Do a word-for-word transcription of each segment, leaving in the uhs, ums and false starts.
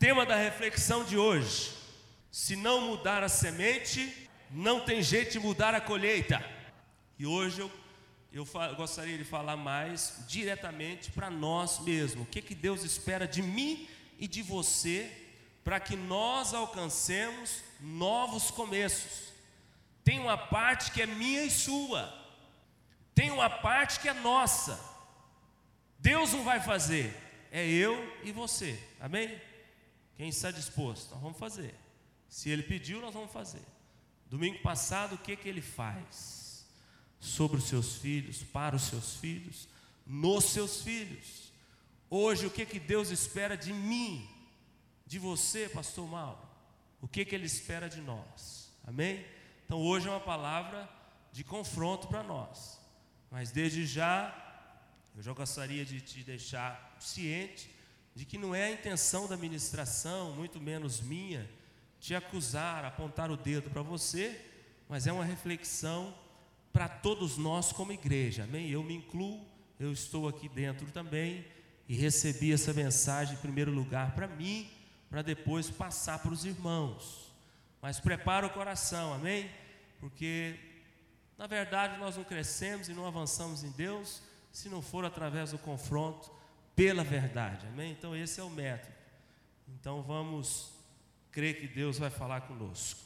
tema da reflexão de hoje: se não mudar a semente, não tem jeito de mudar a colheita. E hoje eu, eu fa- gostaria de falar mais diretamente para nós mesmos. O que, que Deus espera de mim e de você, para que nós alcancemos novos começos. Tem uma parte que é minha e sua, tem uma parte que é nossa. Deus não vai fazer, é eu e você, amém? Quem está disposto, nós vamos fazer. Se Ele pediu, nós vamos fazer. Domingo passado, o que, que Ele faz? Sobre os seus filhos, para os seus filhos, nos seus filhos. Hoje, o que, que Deus espera de mim, de você, pastor Mauro? O que, que Ele espera de nós, amém? Então hoje é uma palavra de confronto para nós. Mas desde já, eu já gostaria de te deixar ciente de que não é a intenção da ministração, muito menos minha, te acusar, apontar o dedo para você, mas é uma reflexão para todos nós como igreja, amém? Eu me incluo, eu estou aqui dentro também e recebi essa mensagem em primeiro lugar para mim, para depois passar para os irmãos. Mas prepara o coração, amém? Porque na verdade nós não crescemos e não avançamos em Deus se não for através do confronto pela verdade, amém? Então esse é o método. Então vamos crer que Deus vai falar conosco.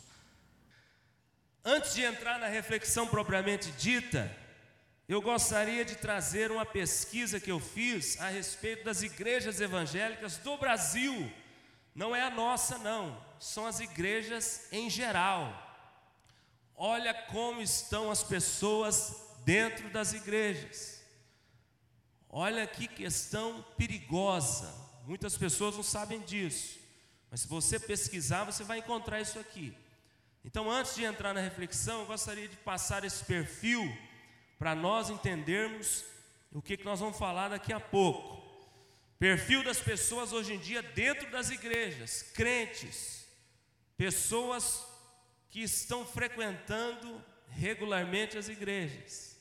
Antes de entrar na reflexão propriamente dita, eu gostaria de trazer uma pesquisa que eu fiz a respeito das igrejas evangélicas do Brasil. Não é a nossa não, são as igrejas em geral. Olha como estão as pessoas dentro das igrejas. Olha que questão perigosa. Muitas pessoas não sabem disso, mas se você pesquisar, você vai encontrar isso aqui. Então, antes de entrar na reflexão, eu gostaria de passar esse perfil para nós entendermos o que, que nós vamos falar daqui a pouco. Perfil das pessoas hoje em dia dentro das igrejas, crentes, pessoas que estão frequentando regularmente as igrejas.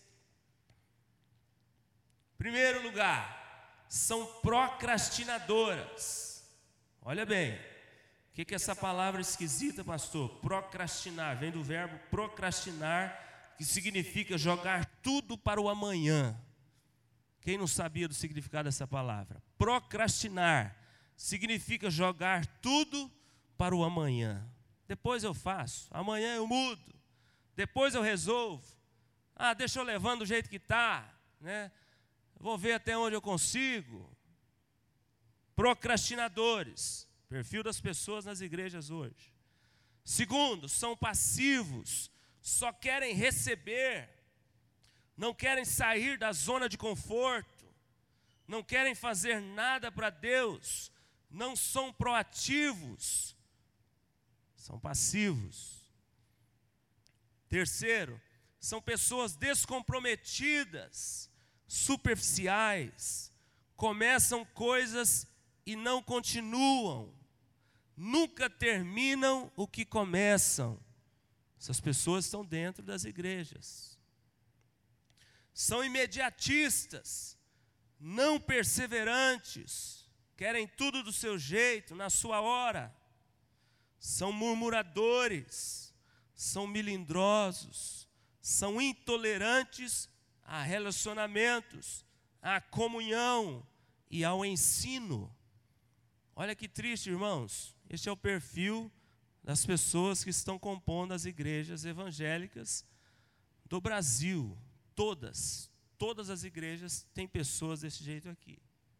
Primeiro lugar, são procrastinadoras. Olha bem, o que, que é essa palavra esquisita, pastor? Procrastinar, vem do verbo procrastinar, que significa jogar tudo para o amanhã. Quem não sabia do significado dessa palavra? Procrastinar significa jogar tudo para o amanhã. Depois eu faço, amanhã eu mudo, depois eu resolvo. Ah, deixa eu levando do jeito que está, né? Vou ver até onde eu consigo. Procrastinadores, perfil das pessoas nas igrejas hoje. Segundo, são passivos, só querem receber, não querem sair da zona de conforto, não querem fazer nada para Deus, não são proativos, são passivos. Terceiro, são pessoas descomprometidas, superficiais, começam coisas e não continuam, nunca terminam o que começam. Essas pessoas estão dentro das igrejas. São imediatistas, não perseverantes, querem tudo do seu jeito, na sua hora. São murmuradores, são melindrosos, são intolerantes a relacionamentos, à comunhão e ao ensino. Olha que triste, irmãos. Este é o perfil das pessoas que estão compondo as igrejas evangélicas do Brasil. Todas, todas as igrejas têm pessoas desse jeito aqui.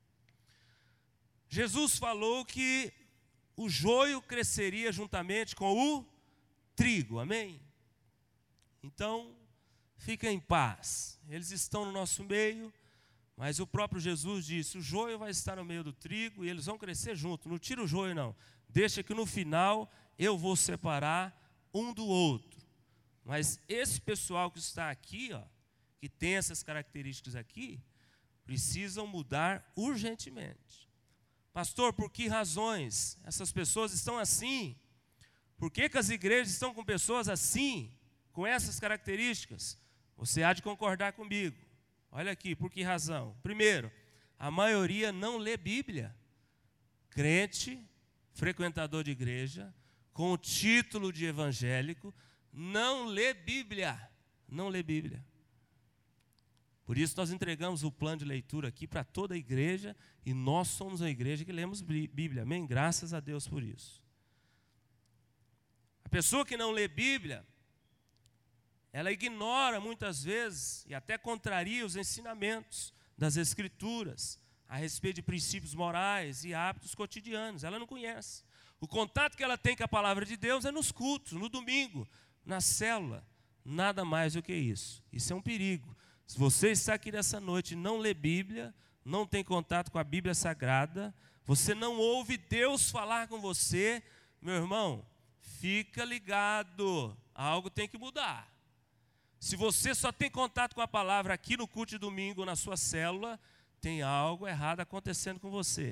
Jesus falou que o joio cresceria juntamente com o trigo, amém? Então, fiquem em paz. Eles estão no nosso meio, mas o próprio Jesus disse, o joio vai estar no meio do trigo e eles vão crescer junto. Não tira o joio não, deixa que no final eu vou separar um do outro. Mas esse pessoal que está aqui, ó, que tem essas características aqui, precisam mudar urgentemente. Pastor, por que razões essas pessoas estão assim? Por que que as igrejas estão com pessoas assim, com essas características? Você há de concordar comigo. Olha aqui, por que razão? Primeiro, a maioria não lê Bíblia. Crente, frequentador de igreja, com o título de evangélico, não lê Bíblia. Não lê Bíblia. Por isso nós entregamos o plano de leitura aqui para toda a igreja, e nós somos a igreja que lemos Bíblia. Amém? Graças a Deus por isso. A pessoa que não lê Bíblia, ela ignora muitas vezes e até contraria os ensinamentos das Escrituras a respeito de princípios morais e hábitos cotidianos. Ela não conhece. O contato que ela tem com a palavra de Deus é nos cultos, no domingo, na célula. Nada mais do que isso. Isso é um perigo. Se você está aqui nessa noite e não lê Bíblia, não tem contato com a Bíblia Sagrada, você não ouve Deus falar com você, meu irmão, fica ligado. Algo tem que mudar. Se você só tem contato com a palavra aqui no culto de domingo, na sua célula, tem algo errado acontecendo com você.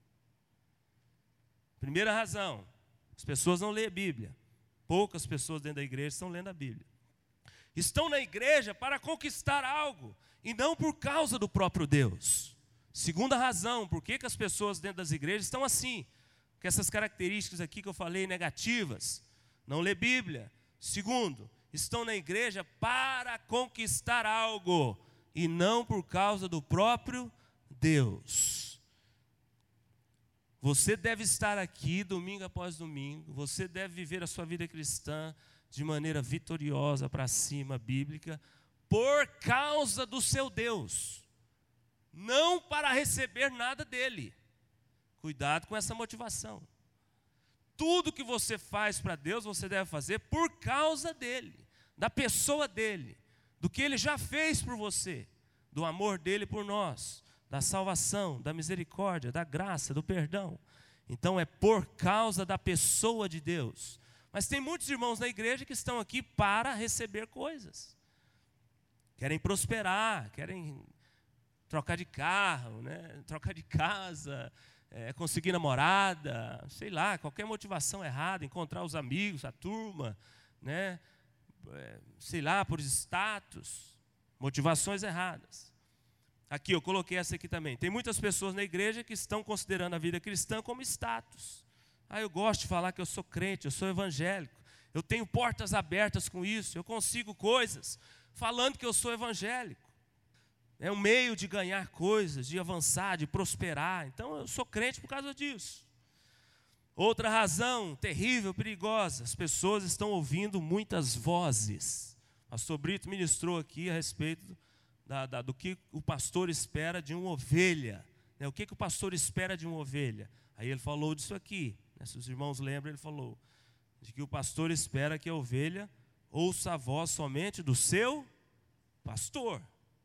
Primeira razão, as pessoas não lêem a Bíblia. Poucas pessoas dentro da igreja estão lendo a Bíblia. Estão na igreja para conquistar algo, e não por causa do próprio Deus. Segunda razão, por que que as pessoas dentro das igrejas estão assim? Com essas características aqui que eu falei, negativas. Não lê Bíblia. Segundo, estão na igreja para conquistar algo, e não por causa do próprio Deus. Você deve estar aqui domingo após domingo, você deve viver a sua vida cristã de maneira vitoriosa para cima, bíblica, por causa do seu Deus, não para receber nada dele. Cuidado com essa motivação. Tudo que você faz para Deus, você deve fazer por causa dele, da pessoa dele, do que ele já fez por você, do amor dele por nós, da salvação, da misericórdia, da graça, do perdão. Então é por causa da pessoa de Deus. Mas tem muitos irmãos na igreja que estão aqui para receber coisas. Querem prosperar, querem trocar de carro, né? Trocar de casa, é, conseguir namorada, sei lá, qualquer motivação errada, encontrar os amigos, a turma, né? É, sei lá, por status, motivações erradas. Aqui, eu coloquei essa aqui também. Tem muitas pessoas na igreja que estão considerando a vida cristã como status. Ah, eu gosto de falar que eu sou crente, eu sou evangélico, eu tenho portas abertas com isso, eu consigo coisas falando que eu sou evangélico. É um meio de ganhar coisas, de avançar, de prosperar. Então eu sou crente por causa disso. Outra razão terrível, perigosa, as pessoas estão ouvindo muitas vozes. O pastor Brito ministrou aqui a respeito da, da, do que o pastor espera de uma ovelha. Né? O que, que o pastor espera de uma ovelha? Aí ele falou disso aqui. Se os irmãos lembram, ele falou de que o pastor espera que a ovelha ouça a voz somente do seu pastor.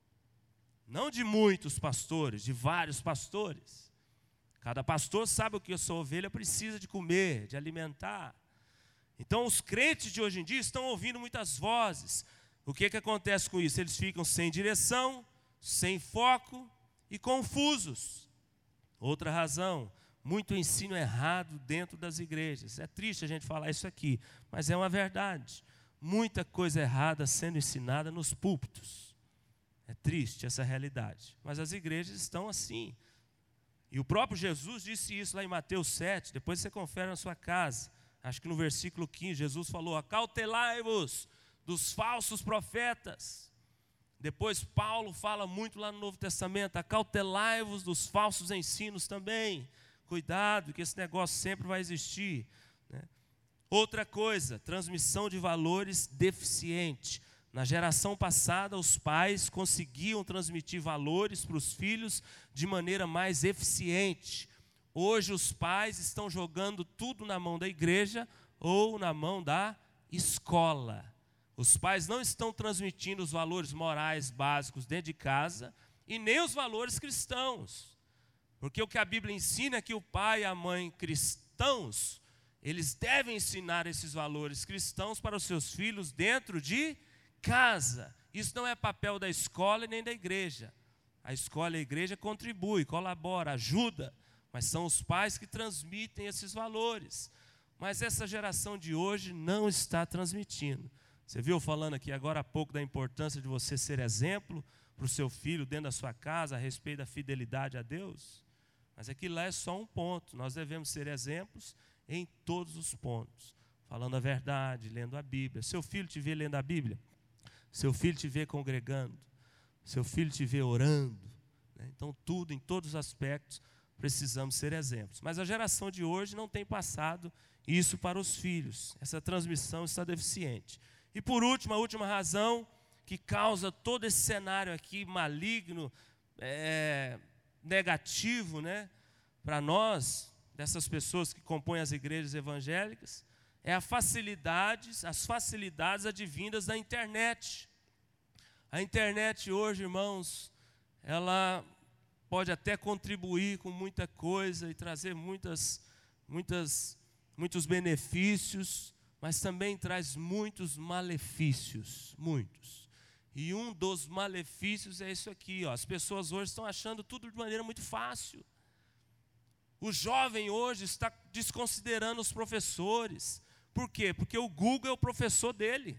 Não de muitos pastores, de vários pastores. Cada pastor sabe o que a sua ovelha precisa de comer, de alimentar. Então os crentes de hoje em dia estão ouvindo muitas vozes. O que, que acontece com isso? Eles ficam sem direção, sem foco e confusos. Outra razão, muito ensino errado dentro das igrejas. É triste a gente falar isso aqui, mas é uma verdade. Muita coisa errada sendo ensinada nos púlpitos. É triste essa realidade, mas as igrejas estão assim. E o próprio Jesus disse isso lá em Mateus sete, depois você confere na sua casa. Acho que no versículo quinze, Jesus falou: acautelai-vos dos falsos profetas. Depois Paulo fala muito lá no Novo Testamento: acautelai-vos dos falsos ensinos também. Cuidado, que esse negócio sempre vai existir, né? Outra coisa, transmissão de valores deficiente. Na geração passada, os pais conseguiam transmitir valores para os filhos de maneira mais eficiente. Hoje os pais estão jogando tudo na mão da igreja ou na mão da escola. Os pais não estão transmitindo os valores morais básicos dentro de casa e nem os valores cristãos. Porque o que a Bíblia ensina é que o pai e a mãe cristãos, eles devem ensinar esses valores cristãos para os seus filhos dentro de casa. Isso não é papel da escola e nem da igreja. A escola e a igreja contribuem, colaboram, ajudam, mas são os pais que transmitem esses valores. Mas essa geração de hoje não está transmitindo. Você viu falando aqui agora há pouco da importância de você ser exemplo para o seu filho dentro da sua casa a respeito da fidelidade a Deus? Mas aquilo lá é só um ponto. Nós devemos ser exemplos em todos os pontos, falando a verdade, lendo a Bíblia. Seu filho te vê lendo a Bíblia, seu filho te vê congregando, seu filho te vê orando, né? Então tudo, em todos os aspectos, precisamos ser exemplos. Mas a geração de hoje não tem passado isso para os filhos. Essa transmissão está deficiente. E por último, a última razão que causa todo esse cenário aqui maligno, é, negativo, né, para nós, dessas pessoas que compõem as igrejas evangélicas, é a facilidade, as facilidades advindas da internet. A internet hoje, irmãos, ela pode até contribuir com muita coisa e trazer muitas, muitas, muitos benefícios, mas também traz muitos malefícios, muitos. E um dos malefícios é isso aqui, ó. As pessoas hoje estão achando tudo de maneira muito fácil. O jovem hoje está desconsiderando os professores. Por quê? Porque o Google é o professor dele.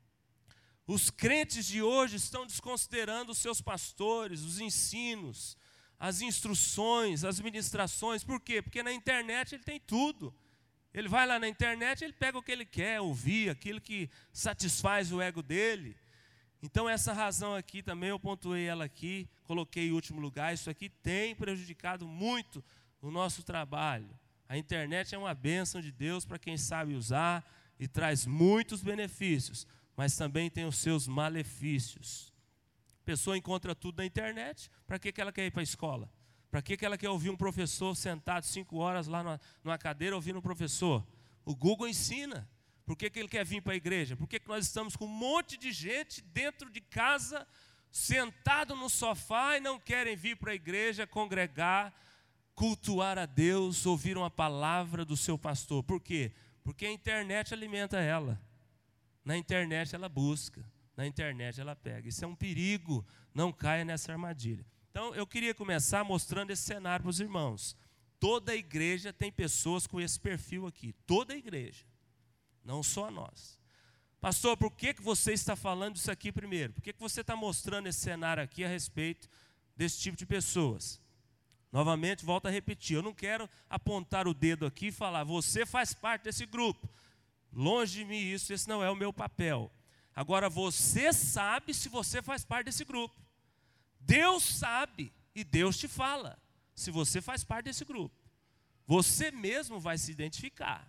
Os crentes de hoje estão desconsiderando os seus pastores, os ensinos, as instruções, as ministrações. Por quê? Porque na internet ele tem tudo. Ele vai lá na internet, ele pega o que ele quer ouvir, aquilo que satisfaz o ego dele. Então essa razão aqui também, eu pontuei ela aqui, coloquei em último lugar. Isso aqui tem prejudicado muito o nosso trabalho. A internet é uma bênção de Deus para quem sabe usar e traz muitos benefícios, mas também tem os seus malefícios. A pessoa encontra tudo na internet, para que que ela quer ir para a escola? Para que que ela quer ouvir um professor sentado cinco horas lá numa, numa cadeira ouvindo um professor? O Google ensina. Por que que ele quer vir para a igreja? Por que que nós estamos com um monte de gente dentro de casa, sentado no sofá e não querem vir para a igreja congregar, cultuar a Deus, ouvir uma palavra do seu pastor? Por quê? Porque a internet alimenta ela. Na internet ela busca, na internet ela pega. Isso é um perigo, não caia nessa armadilha. Então eu queria começar mostrando esse cenário para os irmãos. Toda a igreja tem pessoas com esse perfil aqui, toda a igreja, não só nós. Pastor, por que que você está falando isso aqui primeiro? Por que que você está mostrando esse cenário aqui a respeito desse tipo de pessoas? Novamente, volto a repetir, eu não quero apontar o dedo aqui e falar, você faz parte desse grupo. Longe de mim isso, esse não é o meu papel. Agora, você sabe se você faz parte desse grupo. Deus sabe e Deus te fala se você faz parte desse grupo. Você mesmo vai se identificar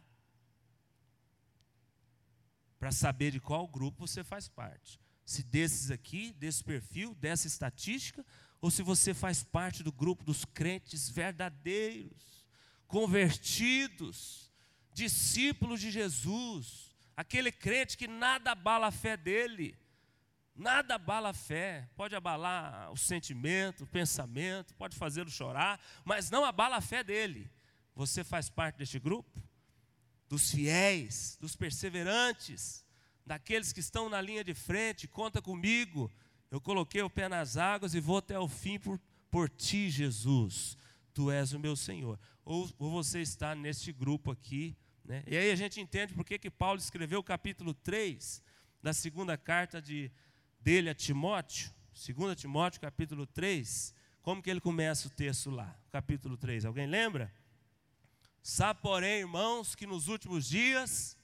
para saber de qual grupo você faz parte. Se desses aqui, desse perfil, dessa estatística, ou se você faz parte do grupo dos crentes verdadeiros, convertidos, discípulos de Jesus, aquele crente que nada abala a fé dele, nada abala a fé, pode abalar o sentimento, o pensamento, pode fazê-lo chorar, mas não abala a fé dele. Você faz parte deste grupo? Dos fiéis, dos perseverantes, daqueles que estão na linha de frente, conta comigo, eu coloquei o pé nas águas e vou até o fim por, por ti, Jesus, tu és o meu Senhor. Ou, ou você está neste grupo aqui, né? E aí a gente entende por que que Paulo escreveu o capítulo três da segunda carta de, dele a Timóteo, segunda Timóteo capítulo três, como que ele começa o texto lá, capítulo três, alguém lembra? Sabe, porém, irmãos, que nos últimos dias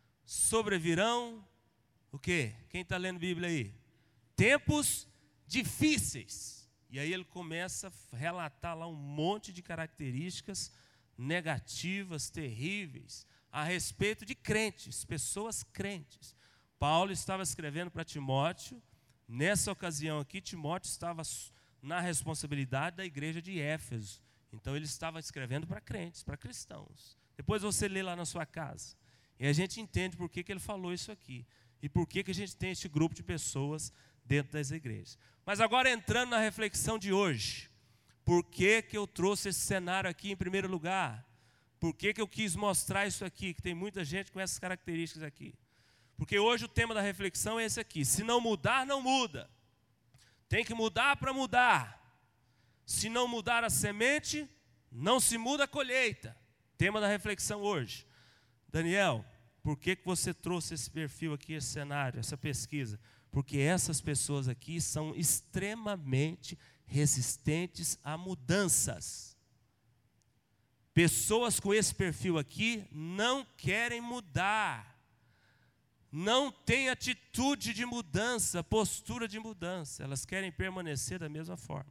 sobrevirão o quê? Quem está lendo Bíblia aí? Tempos difíceis. E aí ele começa a relatar lá um monte de características negativas, terríveis, a respeito de crentes, pessoas crentes. Paulo estava escrevendo para Timóteo. Nessa ocasião aqui, Timóteo estava na responsabilidade da igreja de Éfeso. Então ele estava escrevendo para crentes, para cristãos. Depois você lê lá na sua casa. E a gente entende por que que ele falou isso aqui. E por que que a gente tem este grupo de pessoas dentro das igrejas. Mas agora entrando na reflexão de hoje. Por que que eu trouxe esse cenário aqui em primeiro lugar? Por que que eu quis mostrar isso aqui? Que tem muita gente com essas características aqui. Porque hoje o tema da reflexão é esse aqui. Se não mudar, não muda. Tem que mudar para mudar. Se não mudar a semente, não se muda a colheita. Tema da reflexão hoje. Daniel, por que que você trouxe esse perfil aqui, esse cenário, essa pesquisa? Porque essas pessoas aqui são extremamente resistentes a mudanças. Pessoas com esse perfil aqui não querem mudar, não têm atitude de mudança, postura de mudança, elas querem permanecer da mesma forma.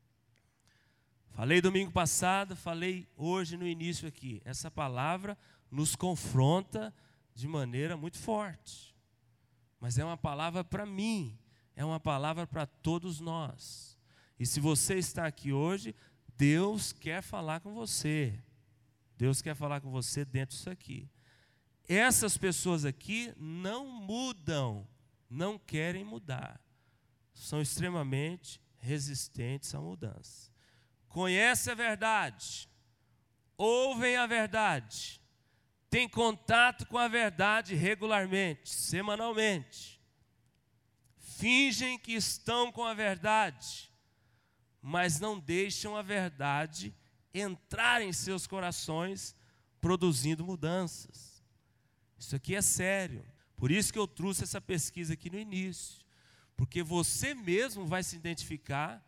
Falei domingo passado, falei hoje no início aqui, essa palavra nos confronta de maneira muito forte, mas é uma palavra para mim, é uma palavra para todos nós. E se você está aqui hoje, Deus quer falar com você. Deus quer falar com você dentro disso aqui. Essas pessoas aqui não mudam, não querem mudar. São extremamente resistentes à mudança. Conhecem a verdade, ouvem a verdade, têm contato com a verdade regularmente, semanalmente. Fingem que estão com a verdade, mas não deixam a verdade entrar em seus corações, produzindo mudanças. Isso aqui é sério. Por isso que eu trouxe essa pesquisa aqui no início. Porque você mesmo vai se identificar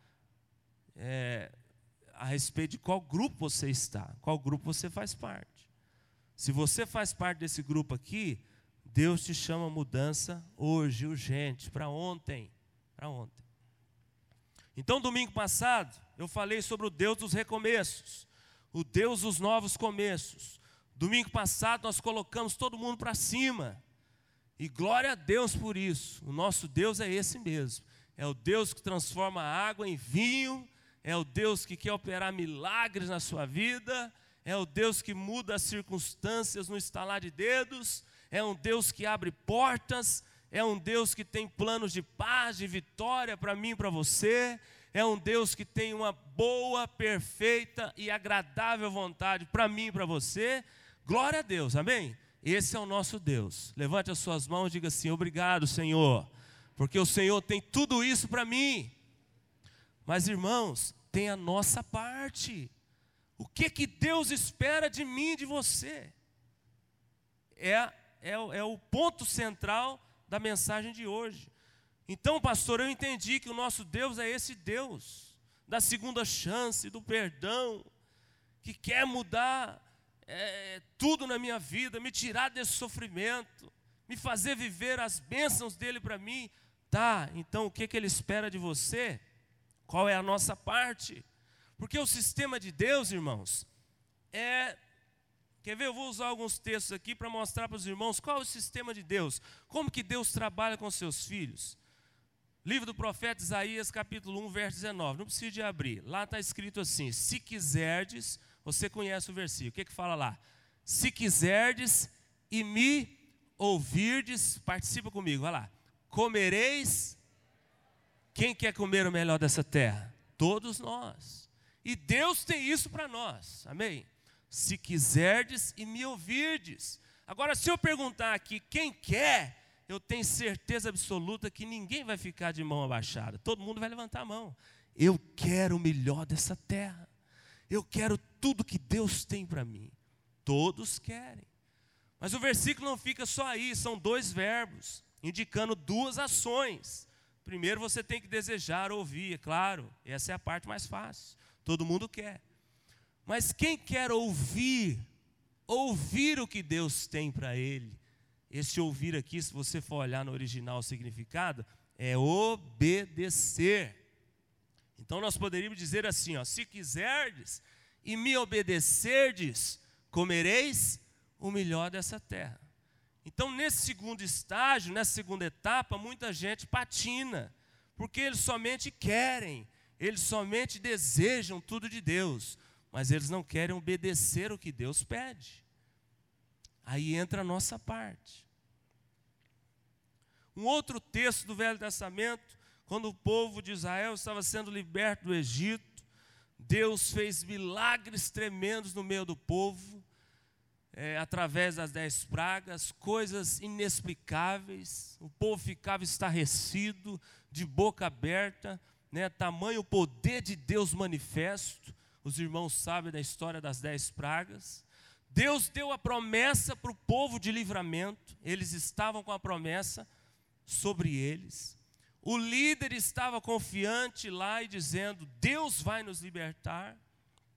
é, a respeito de qual grupo você está, qual grupo você faz parte. Se você faz parte desse grupo aqui, Deus te chama a mudança hoje, urgente, para ontem, para ontem. Então, domingo passado, eu falei sobre o Deus dos recomeços, o Deus dos novos começos. Domingo passado, nós colocamos todo mundo para cima, e glória a Deus por isso. O nosso Deus é esse mesmo, é o Deus que transforma a água em vinho, é o Deus que quer operar milagres na sua vida, é o Deus que muda as circunstâncias no estalar de dedos, é um Deus que abre portas, é um Deus que tem planos de paz, de vitória para mim e para você, é um Deus que tem uma boa, perfeita e agradável vontade para mim e para você. Glória a Deus, amém? Esse é o nosso Deus. Levante as suas mãos e diga assim: obrigado, Senhor, porque o Senhor tem tudo isso para mim. Mas, irmãos, tem a nossa parte. O que que Deus espera de mim e de você? É, é, é o ponto central da mensagem de hoje. Então, pastor, eu entendi que o nosso Deus é esse Deus da segunda chance, do perdão, que quer mudar é, tudo na minha vida, me tirar desse sofrimento, me fazer viver as bênçãos dele para mim. Tá, então o que que ele espera de você? Qual é a nossa parte? Porque o sistema de Deus, irmãos, é... Quer ver? Eu vou usar alguns textos aqui para mostrar para os irmãos qual é o sistema de Deus. Como que Deus trabalha com seus filhos. Livro do profeta Isaías, capítulo um, verso dezenove. Não precisa de abrir. Lá está escrito assim: se quiserdes, você conhece o versículo. O que que fala lá? Se quiserdes e me ouvirdes, participa comigo, vai lá. Comereis. Quem quer comer o melhor dessa terra? Todos nós. E Deus tem isso para nós, amém? Se quiserdes e me ouvirdes. Agora, se eu perguntar aqui quem quer, eu tenho certeza absoluta que ninguém vai ficar de mão abaixada. Todo mundo vai levantar a mão. Eu quero o melhor dessa terra. Eu quero tudo que Deus tem para mim. Todos querem. Mas o versículo não fica só aí, são dois verbos, indicando duas ações. Primeiro você tem que desejar ouvir, é claro, essa é a parte mais fácil. Todo mundo quer. Mas quem quer ouvir, ouvir o que Deus tem para ele, esse ouvir aqui, se você for olhar no original o significado, é obedecer. Então nós poderíamos dizer assim, ó, se quiserdes e me obedecerdes, comereis o melhor dessa terra. Então nesse segundo estágio, nessa segunda etapa, muita gente patina, porque eles somente querem, eles somente desejam tudo de Deus, mas eles não querem obedecer o que Deus pede. Aí entra a nossa parte. Um outro texto do Velho Testamento, quando o povo de Israel estava sendo liberto do Egito, Deus fez milagres tremendos no meio do povo, é, através das dez pragas, coisas inexplicáveis. O povo ficava estarrecido, de boca aberta, né, tamanho poder de Deus manifesto. Os irmãos sabem da história das dez pragas. Deus deu a promessa para o povo de livramento. Eles estavam com a promessa sobre eles. O líder estava confiante lá e dizendo: Deus vai nos libertar.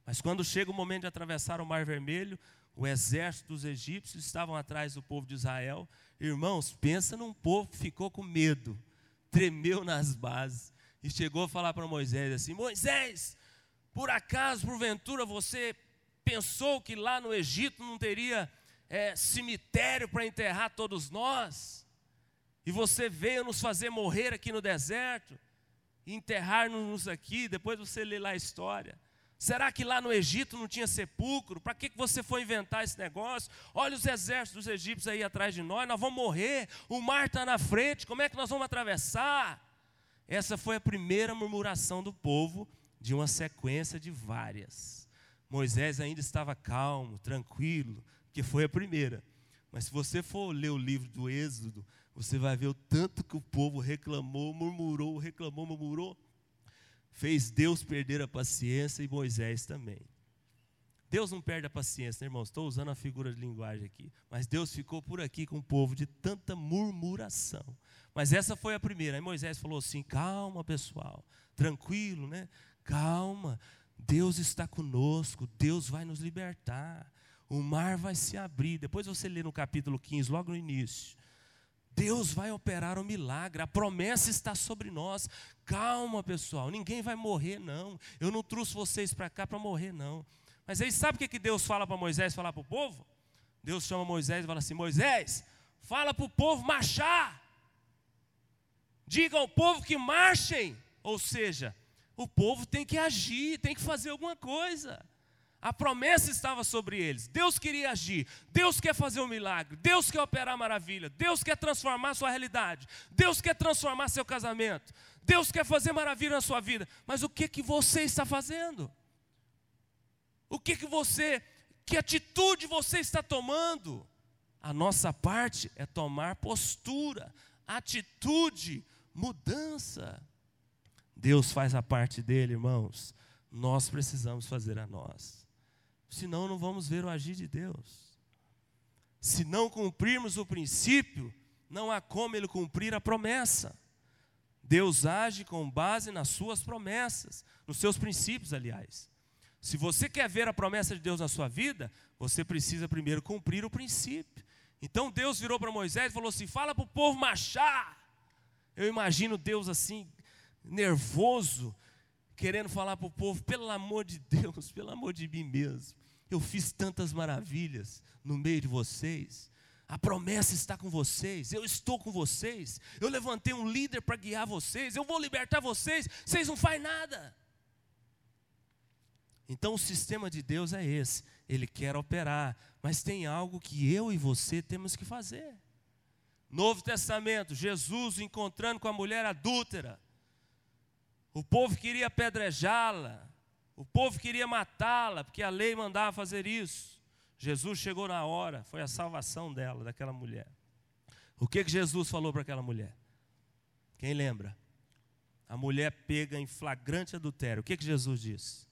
Mas quando chega o momento de atravessar o Mar Vermelho, o exército dos egípcios estavam atrás do povo de Israel. Irmãos, pensa num povo que ficou com medo, tremeu nas bases e chegou a falar para Moisés assim: Moisés, por acaso, porventura, você pensou que lá no Egito não teria é, cemitério para enterrar todos nós? E você veio nos fazer morrer aqui no deserto, e enterrar-nos aqui, depois você lê lá a história. Será que lá no Egito não tinha sepulcro? Para que você foi inventar esse negócio? Olha os exércitos dos egípcios aí atrás de nós, nós vamos morrer, o mar está na frente, como é que nós vamos atravessar? Essa foi a primeira murmuração do povo, de uma sequência de várias. Moisés ainda estava calmo, tranquilo, porque foi a primeira. Mas se você for ler o livro do Êxodo, você vai ver o tanto que o povo reclamou, murmurou, reclamou, murmurou. Fez Deus perder a paciência e Moisés também. Deus não perde a paciência, né, irmãos? Estou usando a figura de linguagem aqui. Mas Deus ficou por aqui com o povo de tanta murmuração. Mas essa foi a primeira. Aí Moisés falou assim: calma, pessoal, tranquilo, né? Calma, Deus está conosco, Deus vai nos libertar. O mar vai se abrir. Depois você lê no capítulo quinze, logo no início. Deus vai operar um milagre, a promessa está sobre nós. Calma, pessoal, ninguém vai morrer não. Eu não trouxe vocês para cá para morrer não. Mas aí sabe o que Deus fala para Moisés falar para o povo? Deus chama Moisés e fala assim: Moisés, fala para o povo marchar. Diga ao povo que marchem. Ou seja, o povo tem que agir, tem que fazer alguma coisa. A promessa estava sobre eles. Deus queria agir. Deus quer fazer um milagre. Deus quer operar maravilha. Deus quer transformar sua realidade. Deus quer transformar seu casamento. Deus quer fazer maravilha na sua vida. Mas o que que você está fazendo? O que que você, que atitude você está tomando? A nossa parte é tomar postura, atitude, mudança. Deus faz a parte dele, irmãos. Nós precisamos fazer a nós. Senão não vamos ver o agir de Deus. Se não cumprirmos o princípio, não há como ele cumprir a promessa. Deus age com base nas suas promessas, nos seus princípios, aliás. Se você quer ver a promessa de Deus na sua vida, você precisa primeiro cumprir o princípio. Então Deus virou para Moisés e falou assim: fala para o povo marchar. Eu imagino Deus assim, nervoso, querendo falar para o povo: pelo amor de Deus, pelo amor de mim mesmo, eu fiz tantas maravilhas no meio de vocês, a promessa está com vocês, eu estou com vocês, eu levantei um líder para guiar vocês, eu vou libertar vocês, vocês não fazem nada. Então o sistema de Deus é esse, Ele quer operar, mas tem algo que eu e você temos que fazer. Novo Testamento, Jesus encontrando com a mulher adúltera, o povo queria apedrejá-la, o povo queria matá-la, porque a lei mandava fazer isso. Jesus chegou na hora, foi a salvação dela, daquela mulher. O que que Jesus falou para aquela mulher? Quem lembra? A mulher pega em flagrante adultério. O que que Jesus disse?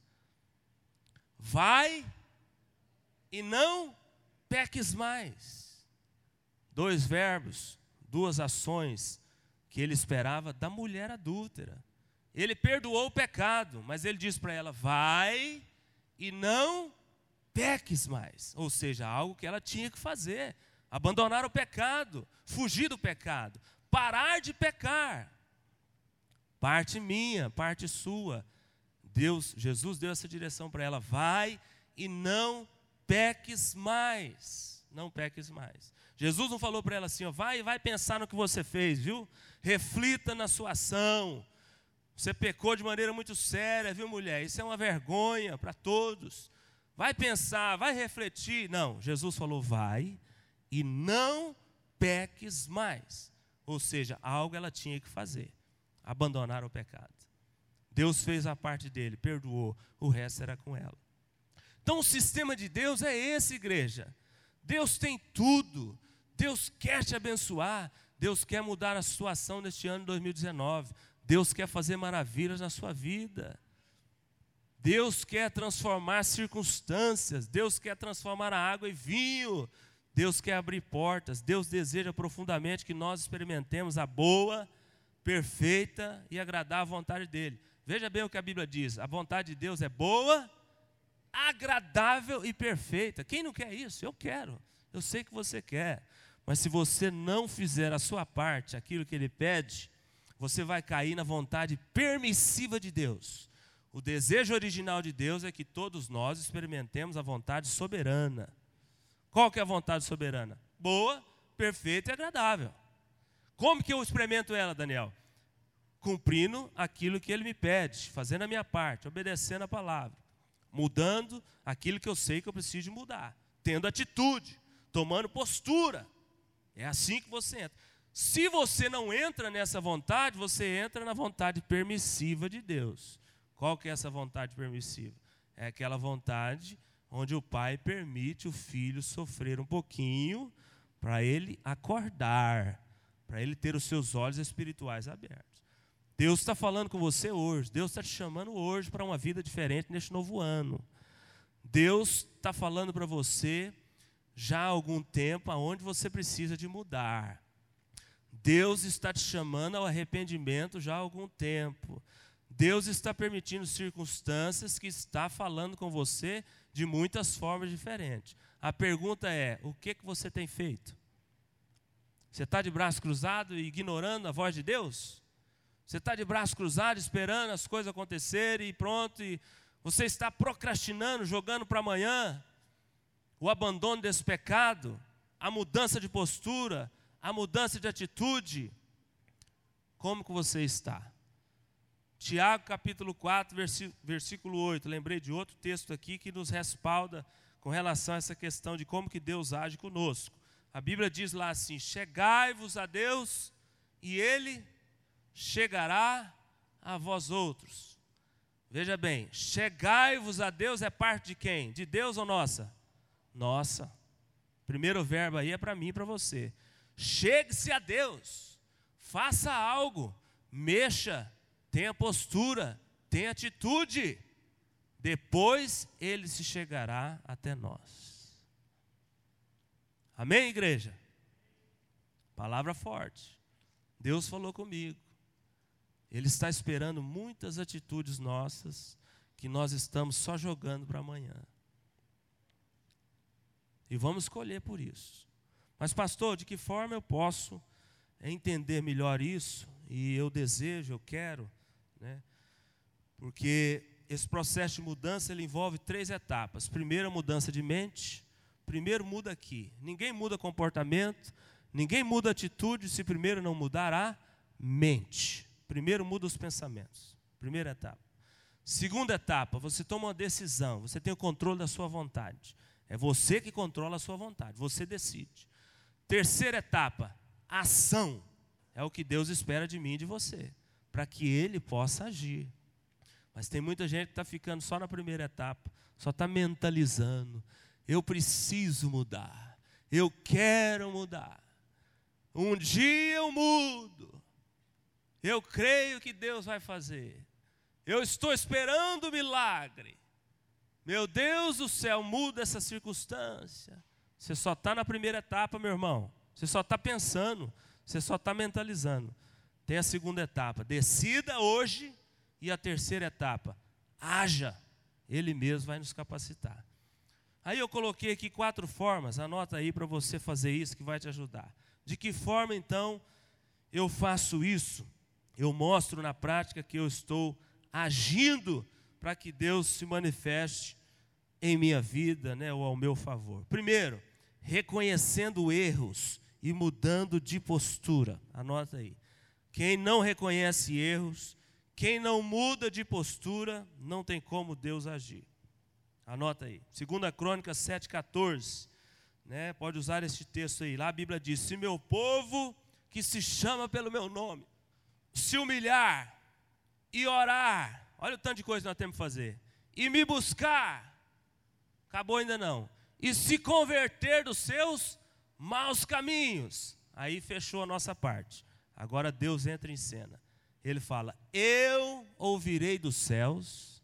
Vai e não peques mais. Dois verbos, duas ações que ele esperava da mulher adúltera. Ele perdoou o pecado, mas ele disse para ela: vai e não peques mais. Ou seja, algo que ela tinha que fazer. Abandonar o pecado, fugir do pecado, parar de pecar. Parte minha, parte sua. Deus, Jesus deu essa direção para ela: vai e não peques mais. Não peques mais. Jesus não falou para ela assim: ó, vai e vai pensar no que você fez, viu? Reflita na sua ação. Você pecou de maneira muito séria, viu, mulher? Isso é uma vergonha para todos. Vai pensar, vai refletir. Não, Jesus falou: vai e não peques mais. Ou seja, algo ela tinha que fazer. Abandonar o pecado. Deus fez a parte dele, perdoou. O resto era com ela. Então o sistema de Deus é esse, igreja. Deus tem tudo. Deus quer te abençoar. Deus quer mudar a situação neste ano de dois mil e dezenove. Deus quer fazer maravilhas na sua vida. Deus quer transformar circunstâncias. Deus quer transformar a água em vinho. Deus quer abrir portas. Deus deseja profundamente que nós experimentemos a boa, perfeita e agradável vontade dele. Veja bem o que a Bíblia diz: a vontade de Deus é boa, agradável e perfeita. Quem não quer isso? Eu quero. Eu sei que você quer. Mas se você não fizer a sua parte, aquilo que Ele pede, você vai cair na vontade permissiva de Deus. O desejo original de Deus é que todos nós experimentemos a vontade soberana. Qual que é a vontade soberana? Boa, perfeita e agradável. Como que eu experimento ela, Daniel? Cumprindo aquilo que Ele me pede, fazendo a minha parte, obedecendo a palavra, mudando aquilo que eu sei que eu preciso de mudar, tendo atitude, tomando postura. É assim que você entra. Se você não entra nessa vontade, você entra na vontade permissiva de Deus. Qual que é essa vontade permissiva? É aquela vontade onde o pai permite o filho sofrer um pouquinho para ele acordar, para ele ter os seus olhos espirituais abertos. Deus está falando com você hoje, Deus está te chamando hoje para uma vida diferente neste novo ano. Deus está falando para você já há algum tempo aonde você precisa de mudar. Deus está te chamando ao arrependimento já há algum tempo. Deus está permitindo circunstâncias que está falando com você de muitas formas diferentes. A pergunta é, o que, que você tem feito? Você está de braço cruzado e ignorando a voz de Deus? Você está de braço cruzado esperando as coisas acontecerem e pronto, e você está procrastinando, jogando para amanhã o abandono desse pecado, a mudança de postura, a mudança de atitude. Como que você está? Tiago capítulo quatro, versículo oito, lembrei de outro texto aqui que nos respalda com relação a essa questão de como que Deus age conosco. A Bíblia diz lá assim, chegai-vos a Deus e Ele chegará a vós outros. Veja bem, chegai-vos a Deus é parte de quem? De Deus ou nossa? Nossa. Primeiro verbo aí é para mim e para você. Chegue-se a Deus, faça algo, mexa, tenha postura, tenha atitude. Depois Ele se chegará até nós. Amém, igreja? Palavra forte. Deus falou comigo. Ele está esperando muitas atitudes nossas que nós estamos só jogando para amanhã. E vamos escolher por isso. Mas pastor, de que forma eu posso entender melhor isso? E eu desejo, eu quero, né? Porque esse processo de mudança ele envolve três etapas. Primeiro, a mudança de mente. Primeiro muda aqui. Ninguém muda comportamento, ninguém muda atitude se primeiro não mudar a mente. Primeiro muda os pensamentos. Primeira etapa. Segunda etapa, você toma uma decisão. Você tem o controle da sua vontade. É você que controla a sua vontade. Você decide. Terceira etapa, ação. É o que Deus espera de mim e de você. Para que Ele possa agir. Mas tem muita gente que está ficando só na primeira etapa. Só está mentalizando. Eu preciso mudar. Eu quero mudar. Um dia eu mudo. Eu creio que Deus vai fazer. Eu estou esperando o milagre. Meu Deus do céu, muda essa circunstância. Você só está na primeira etapa, meu irmão. Você só está pensando. Você só está mentalizando. Tem a segunda etapa. Decida hoje. E a terceira etapa. Haja. Ele mesmo vai nos capacitar. Aí eu coloquei aqui quatro formas. Anota aí para você fazer isso que vai te ajudar. De que forma, então, eu faço isso? Eu mostro na prática que eu estou agindo para que Deus se manifeste em minha vida, né, ou ao meu favor. Primeiro, reconhecendo erros e mudando de postura. Anota aí. Quem não reconhece erros, quem não muda de postura, não tem como Deus agir. Anota aí. Segunda Crônicas sete, quatorze. Né, pode usar este texto aí. Lá a Bíblia diz, se meu povo que se chama pelo meu nome, se humilhar e orar, olha o tanto de coisa que nós temos que fazer, e me buscar, acabou ainda não, e se converter dos seus maus caminhos, aí fechou a nossa parte. Agora Deus entra em cena. Ele fala, eu ouvirei dos céus,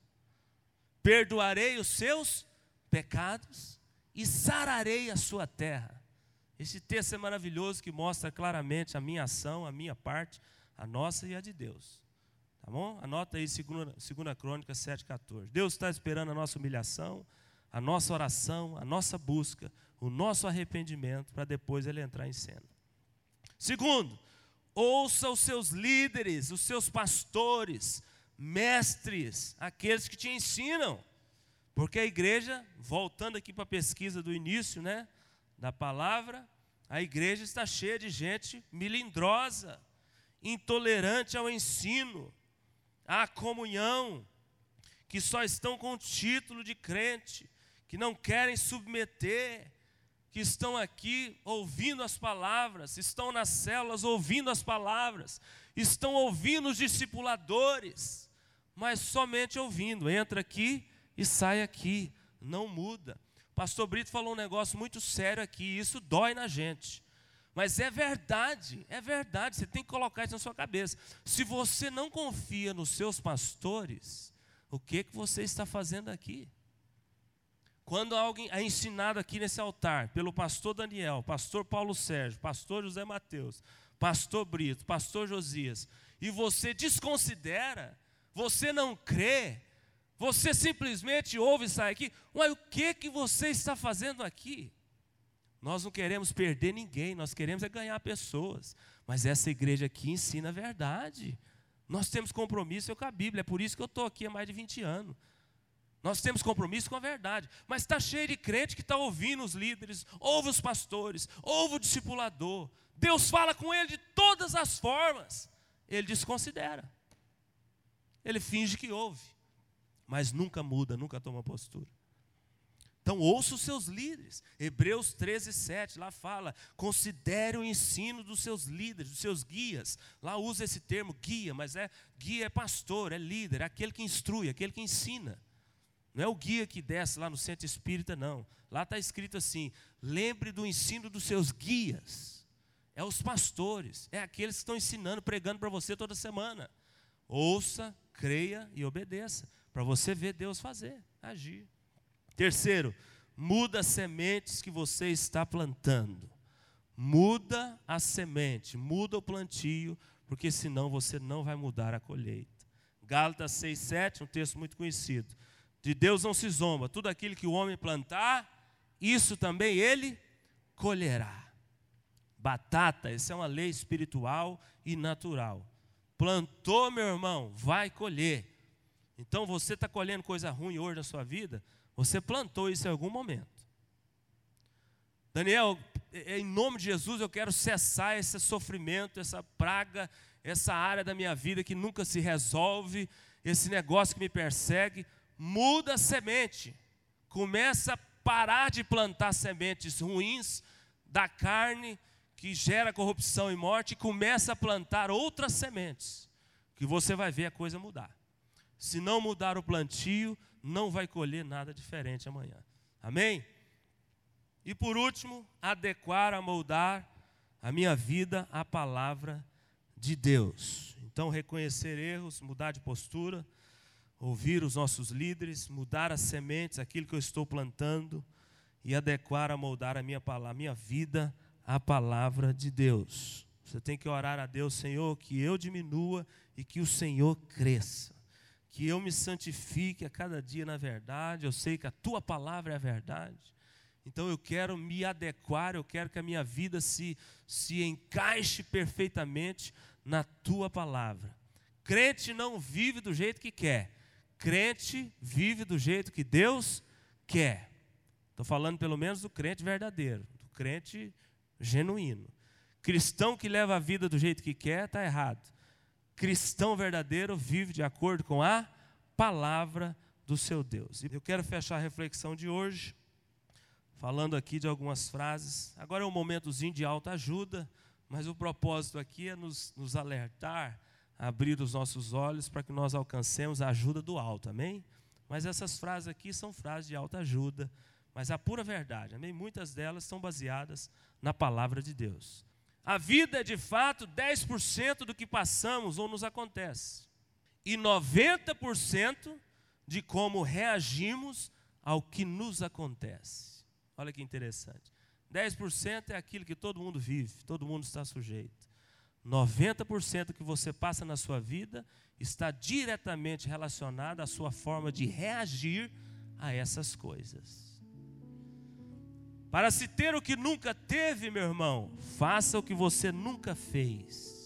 perdoarei os seus pecados e sararei a sua terra. Esse texto é maravilhoso que mostra claramente a minha ação, a minha parte, a nossa e a de Deus. Tá bom? Anota aí segunda Crônicas sete, quatorze. Deus está esperando a nossa humilhação, a nossa oração, a nossa busca, o nosso arrependimento, para depois Ele entrar em cena. Segundo, ouça os seus líderes, os seus pastores, mestres, aqueles que te ensinam. Porque a igreja, voltando aqui para a pesquisa do início, né, da palavra, a igreja está cheia de gente melindrosa, intolerante ao ensino, à comunhão, que só estão com o título de crente, que não querem submeter, que estão aqui ouvindo as palavras, estão nas células ouvindo as palavras, estão ouvindo os discipuladores, mas somente ouvindo, entra aqui e sai aqui, não muda. O pastor Brito falou um negócio muito sério aqui, e isso dói na gente, mas é verdade, é verdade, você tem que colocar isso na sua cabeça. Se você não confia nos seus pastores, o que, que você está fazendo aqui? Quando alguém é ensinado aqui nesse altar, pelo pastor Daniel, pastor Paulo Sérgio, pastor José Mateus, pastor Brito, pastor Josias, e você desconsidera, você não crê, você simplesmente ouve e sai aqui, ué, o que, que você está fazendo aqui? Nós não queremos perder ninguém, nós queremos é ganhar pessoas, mas essa igreja aqui ensina a verdade. Nós temos compromisso com a Bíblia, é por isso que eu estou aqui há mais de vinte anos. Nós temos compromisso com a verdade, mas está cheio de crente que está ouvindo os líderes, ouve os pastores, ouve o discipulador. Deus fala com ele de todas as formas. Ele desconsidera. Ele finge que ouve, mas nunca muda, nunca toma postura. Então ouça os seus líderes. Hebreus treze, sete, lá fala, considere o ensino dos seus líderes, dos seus guias. Lá usa esse termo, guia, mas é guia é pastor, é líder, é aquele que instrui, aquele que ensina. Não é o guia que desce lá no centro espírita, não. Lá está escrito assim, lembre do ensino dos seus guias. É os pastores, é aqueles que estão ensinando, pregando para você toda semana. Ouça, creia e obedeça, para você ver Deus fazer, agir. Terceiro, muda as sementes que você está plantando. Muda a semente, muda o plantio, porque senão você não vai mudar a colheita. Gálatas seis, sete, um texto muito conhecido. De Deus não se zomba, tudo aquilo que o homem plantar, isso também ele colherá. Batata, essa é uma lei espiritual e natural. Plantou, meu irmão, vai colher. Então você está colhendo coisa ruim hoje na sua vida, você plantou isso em algum momento. Daniel, em nome de Jesus eu quero cessar esse sofrimento, essa praga, essa área da minha vida que nunca se resolve, esse negócio que me persegue. Muda a semente, começa a parar de plantar sementes ruins da carne que gera corrupção e morte e começa a plantar outras sementes, que você vai ver a coisa mudar. Se não mudar o plantio, não vai colher nada diferente amanhã. Amém? E por último, adequar, amoldar a minha vida à palavra de Deus. Então, reconhecer erros, mudar de postura, ouvir os nossos líderes, mudar as sementes, aquilo que eu estou plantando, e adequar, amoldar a minha, palavra, a minha vida à palavra de Deus. Você tem que orar a Deus, Senhor, que eu diminua e que o Senhor cresça. Que eu me santifique a cada dia na verdade. Eu sei que a Tua palavra é a verdade. Então eu quero me adequar, eu quero que a minha vida se, se encaixe perfeitamente na Tua palavra. Crente não vive do jeito que quer. Crente vive do jeito que Deus quer. Estou falando pelo menos do crente verdadeiro, do crente genuíno. Cristão que leva a vida do jeito que quer, está errado. Cristão verdadeiro vive de acordo com a palavra do seu Deus. Eu quero fechar a reflexão de hoje, falando aqui de algumas frases. Agora é um momentozinho de autoajuda, mas o propósito aqui é nos, nos alertar, abrir os nossos olhos para que nós alcancemos a ajuda do alto, amém? Mas essas frases aqui são frases de autoajuda, mas a pura verdade, amém? Muitas delas são baseadas na palavra de Deus. A vida é de fato dez por cento do que passamos ou nos acontece, e noventa por cento de como reagimos ao que nos acontece. Olha que interessante. dez por cento é aquilo que todo mundo vive, todo mundo está sujeito. noventa por cento que você passa na sua vida está diretamente relacionado à sua forma de reagir a essas coisas. Para se ter o que nunca teve, meu irmão, faça o que você nunca fez.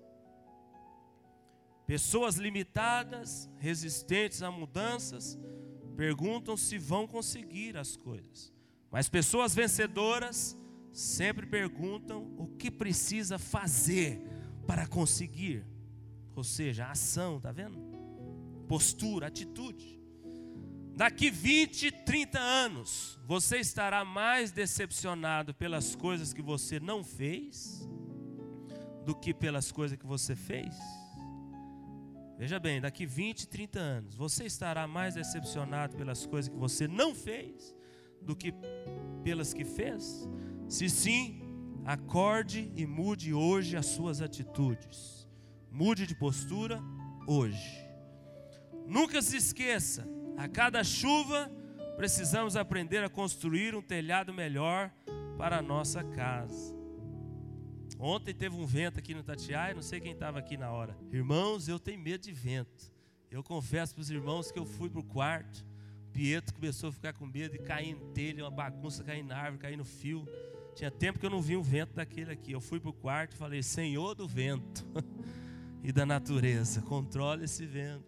Pessoas limitadas, resistentes a mudanças, perguntam se vão conseguir as coisas. Mas pessoas vencedoras sempre perguntam o que precisa fazer para conseguir. Ou seja, ação, tá vendo? Postura, atitude. Daqui vinte, trinta anos, você estará mais decepcionado pelas coisas que você não fez do que pelas coisas que você fez? Veja bem, daqui vinte, trinta anos, você estará mais decepcionado pelas coisas que você não fez do que pelas que fez? Se sim, acorde e mude hoje as suas atitudes. Mude de postura hoje. Nunca se esqueça, a cada chuva precisamos aprender a construir um telhado melhor para a nossa casa. Ontem teve um vento aqui no Itatiaia, não sei quem estava aqui na hora. Irmãos, eu tenho medo de vento. Eu confesso para os irmãos que eu fui para o quarto, Pietro começou a ficar com medo de cair em telha, uma bagunça, cair na árvore, cair no fio. Tinha tempo que eu não vi um vento daquele aqui. Eu fui para o quarto e falei, Senhor do vento e da natureza, controle esse vento.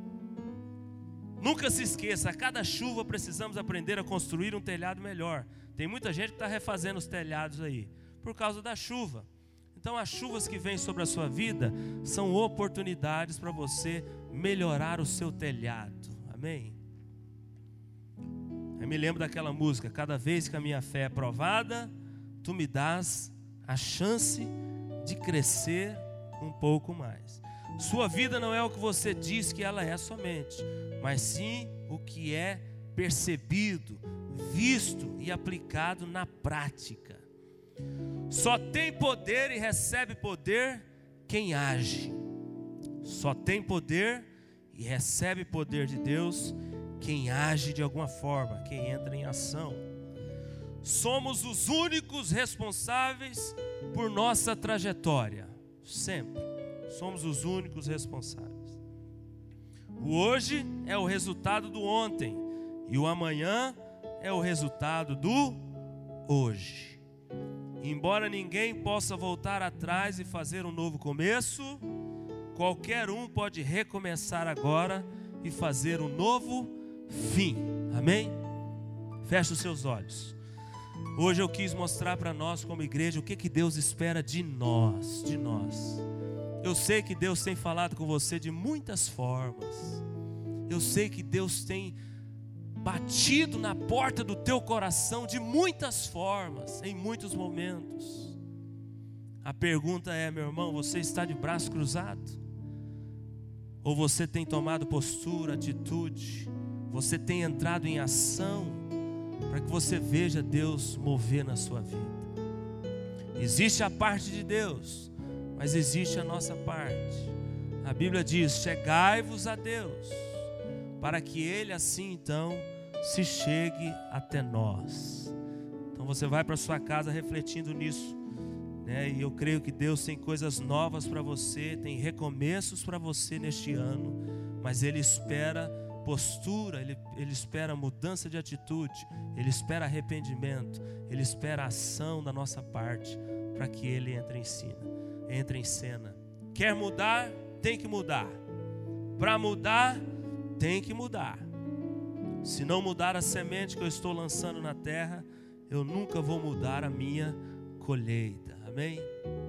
Nunca se esqueça, a cada chuva precisamos aprender a construir um telhado melhor. Tem muita gente que está refazendo os telhados aí, por causa da chuva. Então as chuvas que vêm sobre a sua vida são oportunidades para você melhorar o seu telhado. Amém? Eu me lembro daquela música, cada vez que a minha fé é provada, tu me dás a chance de crescer um pouco mais. Sua vida não é o que você diz que ela é somente, mas sim o que é percebido, visto e aplicado na prática. Só tem poder e recebe poder quem age. Só tem poder e recebe poder de Deus quem age de alguma forma, quem entra em ação. Somos os únicos responsáveis por nossa trajetória, sempre. Somos os únicos responsáveis. O hoje é o resultado do ontem e o amanhã é o resultado do hoje. Embora ninguém possa voltar atrás e fazer um novo começo, qualquer um pode recomeçar agora e fazer um novo fim. Amém? Feche os seus olhos. Hoje eu quis mostrar para nós como igreja o que, que Deus espera de nós, de nós. Eu sei que Deus tem falado com você de muitas formas. Eu sei que Deus tem batido na porta do teu coração de muitas formas, em muitos momentos. A pergunta é, meu irmão, você está de braço cruzado? Ou você tem tomado postura, atitude? Você tem entrado em ação para que você veja Deus mover na sua vida? Existe a parte de Deus, mas existe a nossa parte. A Bíblia diz, chegai-vos a Deus, para que Ele assim então se chegue até nós. Então você vai para sua casa refletindo nisso, né? E eu creio que Deus tem coisas novas para você, tem recomeços para você neste ano, mas Ele espera postura, Ele, Ele espera mudança de atitude, Ele espera arrependimento, Ele espera ação da nossa parte, para que Ele entre em cena, entre em cena. Quer mudar? Tem que mudar. Para mudar, tem que mudar. Se não mudar a semente que eu estou lançando na terra, eu nunca vou mudar a minha colheita. Amém?